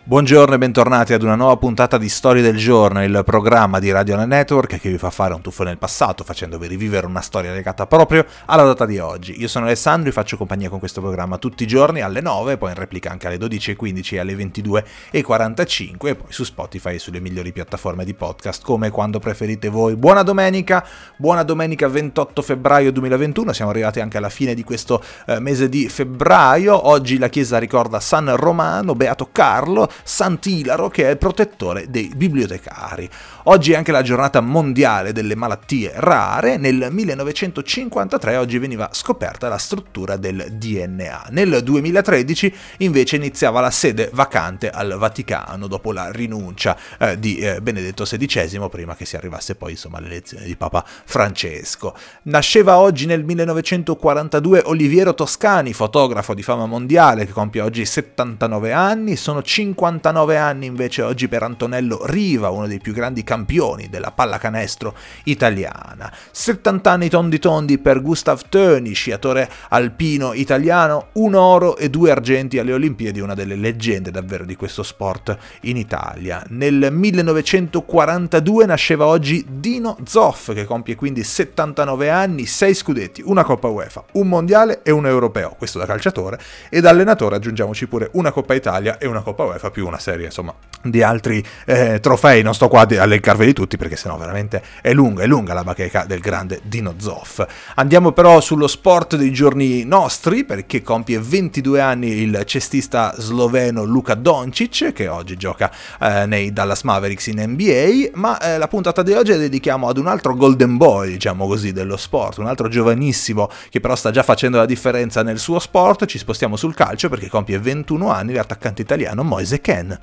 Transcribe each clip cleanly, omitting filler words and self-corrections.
Buongiorno e bentornati ad una nuova puntata di Storie del Giorno, il programma di Radio Network che vi fa fare un tuffo nel passato facendovi rivivere una storia legata proprio alla data di oggi. Io sono Alessandro e faccio compagnia con questo programma tutti i giorni alle 9, poi in replica anche alle 12.15 e alle 22.45 e poi su Spotify e sulle migliori piattaforme di podcast come quando preferite voi. Buona domenica 28 febbraio 2021, siamo arrivati anche alla fine di questo mese di febbraio. Oggi la chiesa ricorda San Romano, Beato Carlo, Sant'Ilaro che è il protettore dei bibliotecari. Oggi è anche la giornata mondiale delle malattie rare. Nel 1953 oggi veniva scoperta la struttura del DNA. Nel 2013 invece iniziava la sede vacante al Vaticano dopo la rinuncia di Benedetto XVI prima che si arrivasse poi all'elezione di Papa Francesco. Nasceva oggi nel 1942 Oliviero Toscani, fotografo di fama mondiale che compie oggi 79 anni. Sono 59 anni invece oggi per Antonello Riva, uno dei più grandi campioni della pallacanestro italiana. 70 anni tondi per Gustav Töni, sciatore alpino italiano, 1 oro e 2 argenti alle Olimpiadi, una delle leggende davvero di questo sport in Italia. Nel 1942 nasceva oggi Dino Zoff, che compie quindi 79 anni, 6 scudetti, una Coppa UEFA, un mondiale e un europeo, questo da calciatore, e da allenatore aggiungiamoci pure una Coppa Italia e una Coppa UEFA più una serie di altri trofei. Non sto qua a elencarveli tutti perché sennò veramente è lunga la bacheca del grande Dino Zoff. Andiamo però sullo sport dei giorni nostri, perché compie 22 anni il cestista sloveno Luka Doncic, che oggi gioca nei Dallas Mavericks in NBA, ma la puntata di oggi la dedichiamo ad un altro golden boy, diciamo così, dello sport, un altro giovanissimo che però sta già facendo la differenza nel suo sport. Ci spostiamo sul calcio perché compie 21 anni l'attaccante italiano Moise Kean.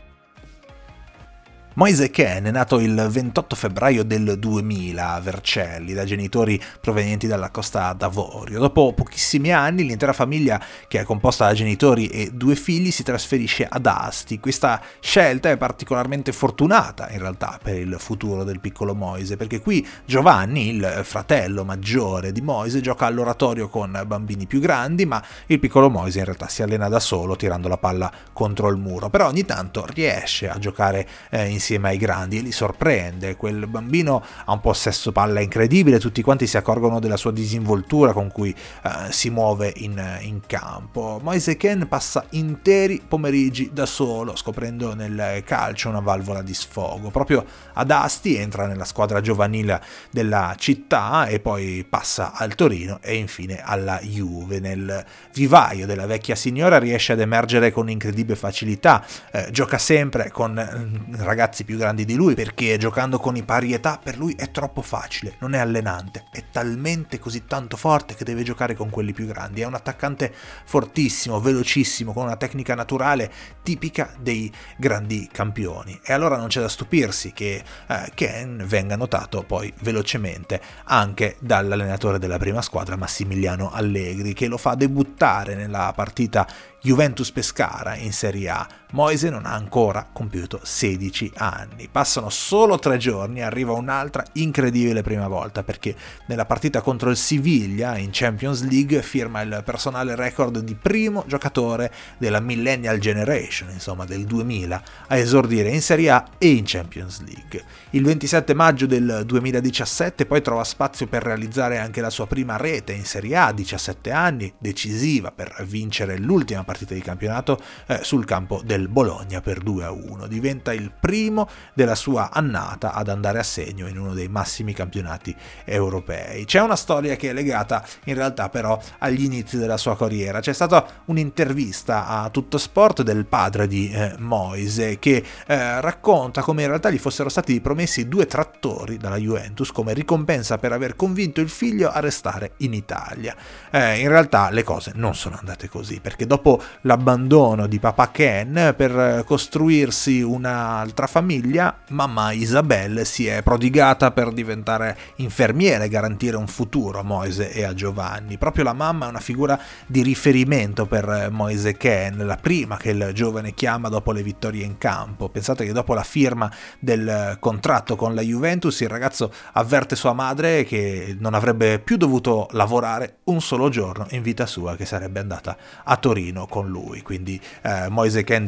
Moise Kean è nato il 28 febbraio del 2000 a Vercelli da genitori provenienti dalla Costa d'Avorio. Dopo pochissimi anni l'intera famiglia, che è composta da genitori e 2 figli, si trasferisce ad Asti. Questa scelta è particolarmente fortunata in realtà per il futuro del piccolo Moise, perché qui Giovanni, il fratello maggiore di Moise, gioca all'oratorio con bambini più grandi, ma il piccolo Moise in realtà si allena da solo tirando la palla contro il muro. Però ogni tanto riesce a giocare insieme ai grandi e li sorprende. Quel bambino ha un possesso palla incredibile, tutti quanti si accorgono della sua disinvoltura con cui si muove in campo. Moise Kean passa interi pomeriggi da solo, scoprendo nel calcio una valvola di sfogo. Proprio ad Asti entra nella squadra giovanile della città e poi passa al Torino e infine alla Juve. Nel vivaio della vecchia signora riesce ad emergere con incredibile facilità, gioca sempre con ragazzi più grandi di lui, perché giocando con i pari età per lui è troppo facile, non è allenante, è talmente così tanto forte che deve giocare con quelli più grandi. È un attaccante fortissimo, velocissimo, con una tecnica naturale tipica dei grandi campioni, e allora non c'è da stupirsi che Kean venga notato poi velocemente anche dall'allenatore della prima squadra Massimiliano Allegri, che lo fa debuttare nella partita Juventus-Pescara in Serie A. Moise non ha ancora compiuto 16 anni. Passano solo 3 giorni, arriva un'altra incredibile prima volta, perché nella partita contro il Siviglia in Champions League firma il personale record di primo giocatore della Millennial Generation, del 2000, a esordire in Serie A e in Champions League. Il 27 maggio del 2017 poi trova spazio per realizzare anche la sua prima rete in Serie A, 17 anni, decisiva per vincere l'ultima partita di campionato sul campo del Bologna per 2-1. Diventa il primo della sua annata ad andare a segno in uno dei massimi campionati europei. C'è una storia che è legata in realtà però agli inizi della sua carriera. C'è stata un'intervista a Tutto Sport del padre di Moise che racconta come in realtà gli fossero stati promessi 2 trattori dalla Juventus come ricompensa per aver convinto il figlio a restare in Italia. In realtà le cose non sono andate così, perché dopo l'abbandono di papà Kean per costruirsi un'altra famiglia, mamma Isabelle si è prodigata per diventare infermiera e garantire un futuro a Moise e a Giovanni. Proprio la mamma è una figura di riferimento per Moise Kean, la prima che il giovane chiama dopo le vittorie in campo. Pensate che dopo la firma del contratto con la Juventus il ragazzo avverte sua madre che non avrebbe più dovuto lavorare un solo giorno in vita sua, che sarebbe andata a Torino con lui. Quindi Moise Kean dice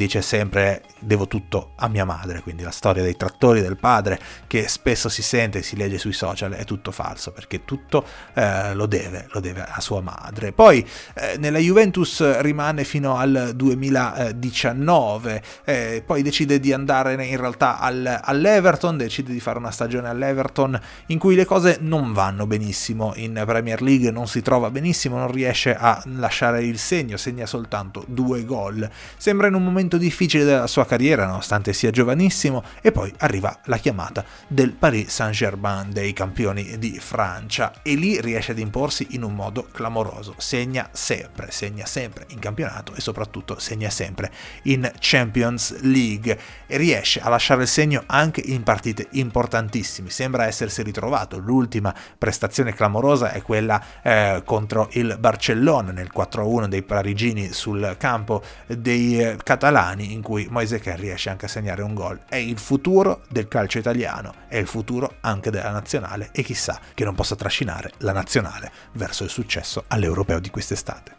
dice sempre devo tutto a mia madre, quindi la storia dei trattori del padre che spesso si sente e si legge sui social è tutto falso, perché tutto lo deve a sua madre. Poi nella Juventus rimane fino al 2019, poi decide di andare in realtà all'Everton, decide di fare una stagione all'Everton in cui le cose non vanno benissimo in Premier League, non si trova benissimo, non riesce a lasciare il segno, segna soltanto 2 gol. Sembra in un momento difficile della sua carriera nonostante sia giovanissimo, e poi arriva la chiamata del Paris Saint-Germain, dei campioni di Francia, e lì riesce ad imporsi in un modo clamoroso. Segna sempre in campionato e soprattutto segna sempre in Champions League e riesce a lasciare il segno anche in partite importantissime. Sembra essersi ritrovato. L'ultima prestazione clamorosa è quella contro il Barcellona nel 4-1 dei parigini sul campo dei catalani, in cui Moise Kean riesce anche a segnare un gol. È il futuro del calcio italiano, è il futuro anche della nazionale, e chissà che non possa trascinare la nazionale verso il successo all'Europeo di quest'estate.